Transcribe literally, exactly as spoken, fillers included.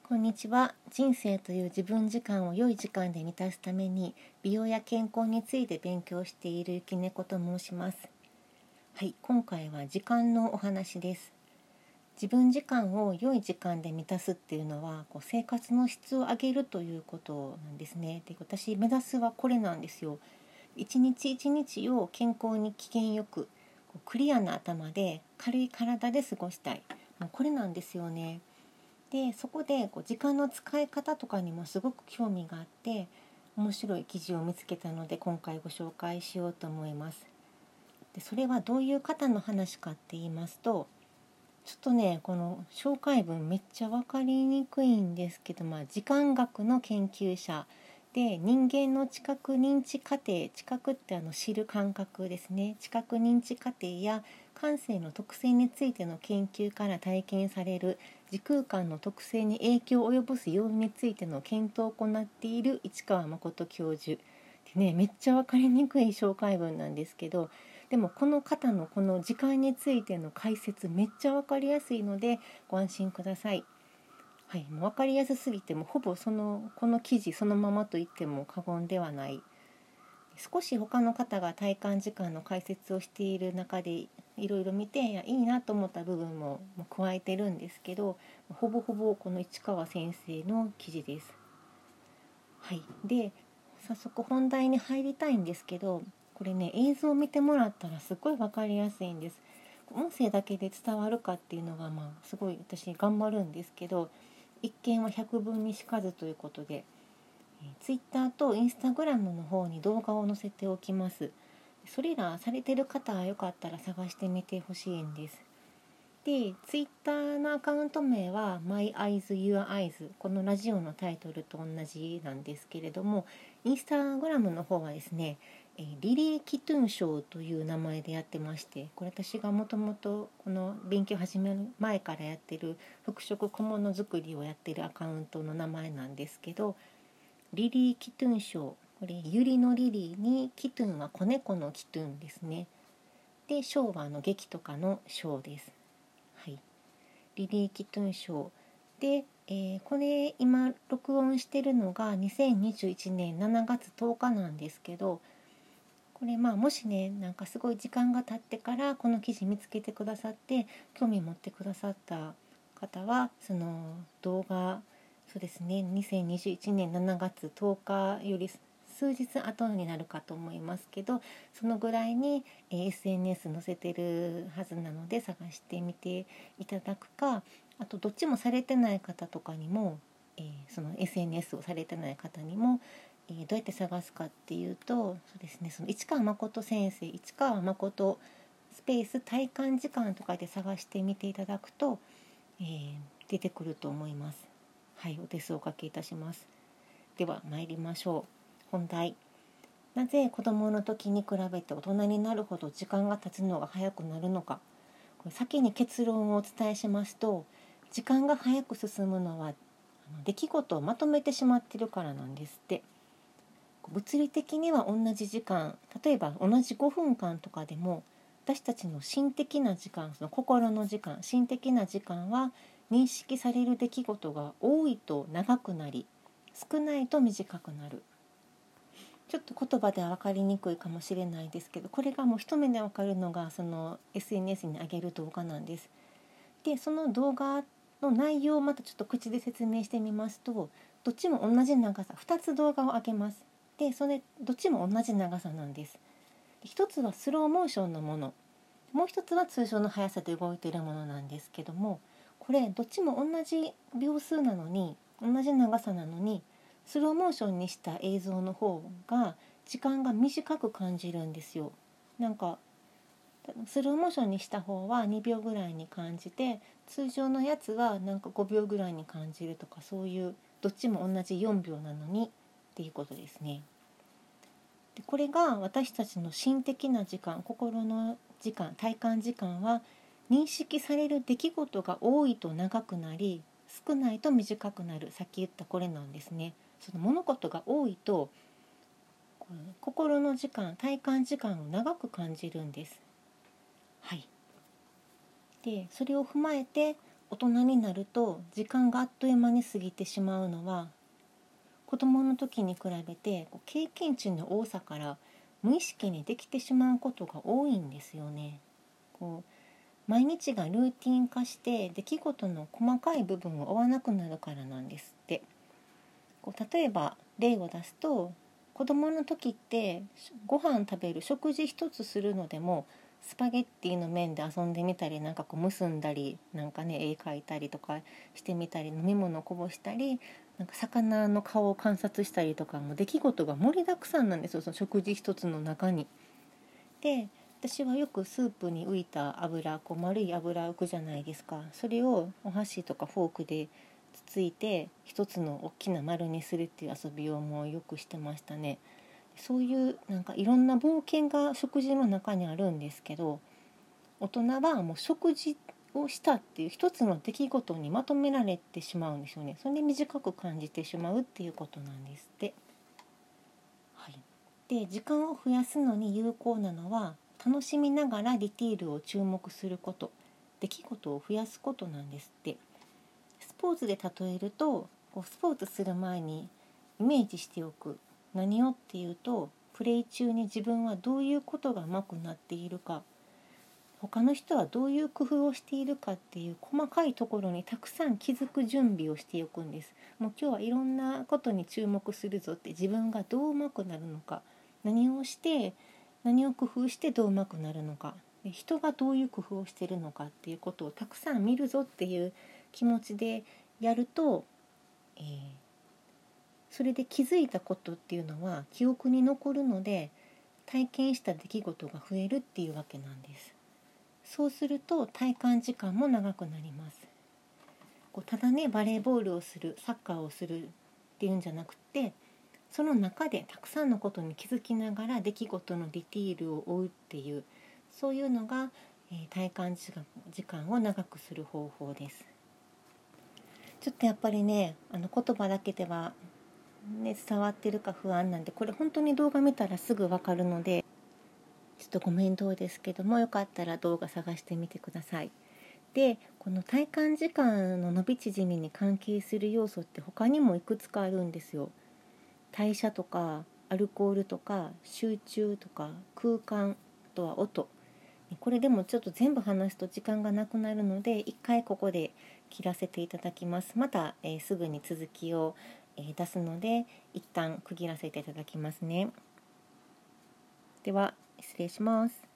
こんにちは。人生という自分時間を良い時間で満たすために美容や健康について勉強しているゆきねこと申します。はい、今回は時間のお話です。自分時間を良い時間で満たすっていうのはこう生活の質を上げるということなんですね。で、私目指すはこれなんですよ。一日一日を健康に機嫌よくこうクリアな頭で軽い体で過ごしたい。もうこれなんですよね。でそこでこう時間の使い方とかにもすごく興味があって面白い記事を見つけたので今回ご紹介しようと思います。でそれはどういう方の話かって言いますと、ちょっとねこの紹介文めっちゃ分かりにくいんですけど、まあ、時間学の研究者で人間の知覚認知過程、知覚ってあの知る感覚ですね。知覚認知過程や感性の特性についての研究から体験される時空間の特性に影響を及ぼす要因についての検討を行っている市川誠教授でね、めっちゃ分かりにくい紹介文なんですけど、でもこの方のこの時間についての解説めっちゃ分かりやすいのでご安心ください。はい、もう分かりやすすぎてもほぼそのこの記事そのままと言っても過言ではない。少し他の方が体感時間の解説をしている中でいろいろ見ていやいいなと思った部分も加えてるんですけど、ほぼほぼこの市川先生の記事です。はい、で早速本題に入りたいんですけど、これね映像を見てもらったらすごい分かりやすいんです。音声だけで伝わるかっていうのがまあすごい私頑張るんですけど、一見は百分にしかずということで、ツイッターとインスタグラムの方に動画を載せておきます。それらされてる方はよかったら探してみてほしいんです。で、ツイッターのアカウント名は My Eyes Your Eyes、 このラジオのタイトルと同じなんですけれども、インスタグラムの方はですね、リリー・キトゥンショーという名前でやってまして、これ私がもともとこの勉強始める前からやってる服飾小物作りをやってるアカウントの名前なんですけど、リリー・キトゥンショー、これユリのリリーにキトゥンは子猫のキトゥンですね。でショーはあの劇とかのショーです。はい、リリー・キトゥンショーで、えー、これ今録音してるのがにせんにじゅういちねんしちがつとおかなんですけど、これまあもしねなんかすごい時間が経ってからこの記事見つけてくださって興味持ってくださった方はその動画、そうですね、にせんにじゅういちねんしちがつとおかより数日後になるかと思いますけど、そのぐらいに エスエヌエス 載せてるはずなので探してみていただくか、あとどっちもされてない方とかにも、えー、その エスエヌエス をされてない方にも、えー、どうやって探すかっていうと、そうですね、その市川誠先生、市川誠スペース体感時間とかで探してみていただくと、えー、出てくると思います。はい、お手数をおかけいたします。では参りましょう。本題。なぜ子どもの時に比べて大人になるほど時間が経つのが早くなるのか。これ先に結論をお伝えしますと、時間が早く進むのは出来事をまとめてしまっているからなんですって。物理的には同じ時間、例えば同じごふんかんとかでも私たちの心的な時間、その心の時間、心的な時間は認識される出来事が多いと長くなり、少ないと短くなる。ちょっと言葉では分かりにくいかもしれないですけど、これがもう一目で分かるのがその エスエヌエス に上げる動画なんです。でその動画の内容をまたちょっと口で説明してみますと、どっちも同じ長さ、ふたつ動画を上げます。でそれどっちも同じ長さなんです。一つはスローモーションのもの、もう一つは通常の速さで動いているものなんですけども、これどっちも同じ秒数なのに、同じ長さなのに、スローモーションにした映像の方が時間が短く感じるんですよ。なんかスローモーションにした方はにびょうぐらいに感じて、通常のやつはなんかごびょうぐらいに感じるとか、そういうどっちも同じよんびょうなのにっていうことですね。でこれが私たちの心的な時間、心の時間、体感時間は認識される出来事が多いと長くなり、少ないと短くなる。さっき言ったこれなんですね。その物事が多いと心の時間、体感時間を長く感じるんです。はい。でそれを踏まえて大人になると時間があっという間に過ぎてしまうのは、子供の時に比べてこう経験値の多さから無意識にできてしまうことが多いんですよね。こう毎日がルーティン化して出来事の細かい部分を追わなくなるからなんですって。こう例えば例を出すと、子供の時ってご飯食べる食事一つするのでもスパゲッティの麺で遊んでみたり、なんかこう結んだり、なんかね絵描いたりとかしてみたり、飲み物をこぼしたり、なんか魚の顔を観察したりとか、もう出来事が盛りだくさんなんですよ、その食事一つの中に。で、私はよくスープに浮いた油、こう丸い油浮くじゃないですか。それをお箸とかフォークでつついて一つの大きな丸にするっていう遊びをもうよくしてましたね。そういうなんかいろんな冒険が食事の中にあるんですけど、大人はもう食事をしたっていう一つの出来事にまとめられてしまうんですよね。それで短く感じてしまうっていうことなんですって。はい、で時間を増やすのに有効なのは、楽しみながらディティールを注目すること、出来事を増やすことなんですって。スポーツで例えると、こうスポーツする前にイメージしておく。何をっていうと、プレイ中に自分はどういうことが上手くなっているか、他の人はどういう工夫をしているかっていう細かいところにたくさん気づく準備をしておくんです。もう今日はいろんなことに注目するぞって、自分がどう上手くなるのか、何をして何を工夫してどう上手くなるのか、で人がどういう工夫をしているのかっていうことをたくさん見るぞっていう気持ちでやると、えー、それで気づいたことっていうのは記憶に残るので、体験した出来事が増えるっていうわけなんです。そうすると体感時間も長くなります。こうただねバレーボールをする、サッカーをするっていうんじゃなくて、その中でたくさんのことに気づきながら出来事のディティールを追うっていう、そういうのが、えー、体感時間、時間を長くする方法です。ちょっとやっぱりね、あの言葉だけでは、ね、伝わってるか不安なんで、これ本当に動画見たらすぐわかるので、ちょっとご面倒ですけども、よかったら動画探してみてください。で、この体感時間の伸び縮みに関係する要素って他にもいくつかあるんですよ。代謝とかアルコールとか集中とか空間、あとは音。これでもちょっと全部話すと時間がなくなるので、一回ここで切らせていただきます。また、えー、すぐに続きを、えー、出すので一旦区切らせていただきますね。では失礼します。